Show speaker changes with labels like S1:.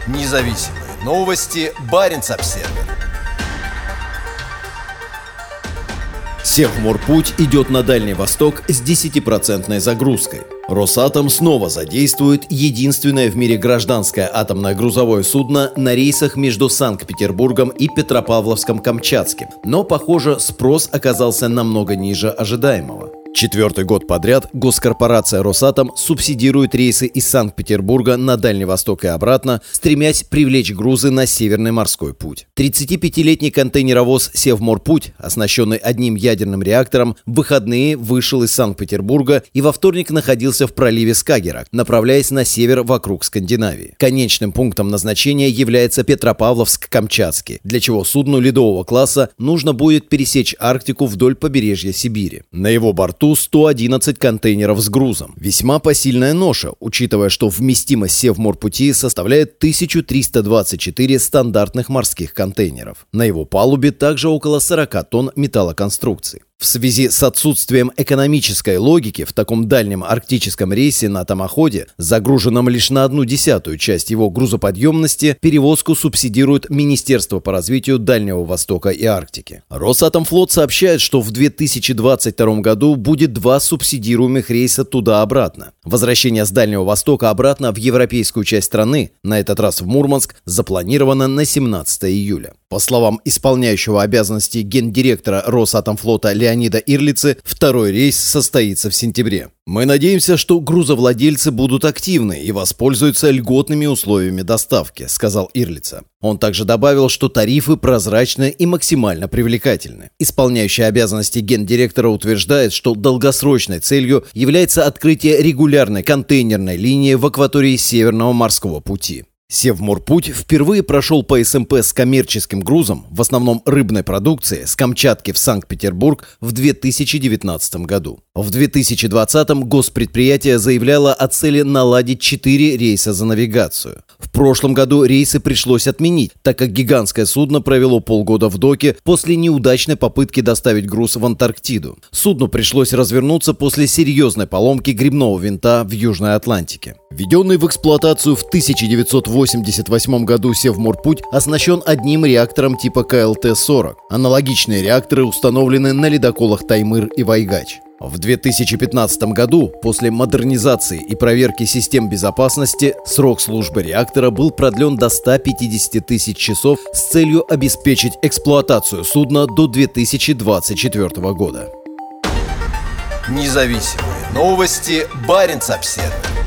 S1: Независимые новости. Баренц-Обсервер.
S2: Севморпуть идет на Дальний Восток с 10% загрузкой. Росатом снова задействует единственное в мире гражданское атомное грузовое судно на рейсах между Санкт-Петербургом и Петропавловском-Камчатским. Но, похоже, спрос оказался намного ниже ожидаемого. Четвертый год подряд госкорпорация «Росатом» субсидирует рейсы из Санкт-Петербурга на Дальний Восток и обратно, стремясь привлечь грузы на Северный морской путь. 35-летний контейнеровоз «Севморпуть», оснащенный одним ядерным реактором, в выходные вышел из Санкт-Петербурга и во вторник находился в проливе Скагеррак, направляясь на север вокруг Скандинавии. Конечным пунктом назначения является Петропавловск-Камчатский, для чего судну ледового класса нужно будет пересечь Арктику вдоль побережья Сибири. На его борту 111 контейнеров с грузом. Весьма посильная ноша, учитывая, что вместимость Севморпути составляет 1324 стандартных морских контейнеров. На его палубе также около 40 тонн металлоконструкций. В связи с отсутствием экономической логики в таком дальнем арктическом рейсе на томоходе, загруженном лишь на 1/10 часть его грузоподъемности, перевозку субсидирует Министерство по развитию Дальнего Востока и Арктики. Росатомфлот сообщает, что в 2022 году будет 2 субсидируемых рейса туда-обратно. Возвращение с Дальнего Востока обратно в европейскую часть страны, на этот раз в Мурманск, запланировано на 17 июля. По словам исполняющего обязанности гендиректора Росатомфлота Леонида Ирлицы, второй рейс состоится в сентябре. «Мы надеемся, что грузовладельцы будут активны и воспользуются льготными условиями доставки», — сказал Ирлица. Он также добавил, что тарифы прозрачны и максимально привлекательны. Исполняющий обязанности гендиректора утверждает, что долгосрочной целью является открытие регулярной контейнерной линии в акватории Северного морского пути. Севморпуть впервые прошел по СМП с коммерческим грузом, в основном рыбной продукции, с Камчатки в Санкт-Петербург в 2019 году. В 2020 госпредприятие заявляло о цели наладить 4 рейса за навигацию. В прошлом году рейсы пришлось отменить, так как гигантское судно провело полгода в доке после неудачной попытки доставить груз в Антарктиду. Судну пришлось развернуться после серьезной поломки гребного винта в Южной Атлантике. Введенный в эксплуатацию в 1988 году Севморпуть оснащен одним реактором типа КЛТ-40. Аналогичные реакторы установлены на ледоколах «Таймыр» и «Вайгач». В 2015 году, после модернизации и проверки систем безопасности, срок службы реактора был продлен до 150 тысяч часов с целью обеспечить эксплуатацию судна до 2024 года.
S1: Независимые новости. Баренц-Обсервер.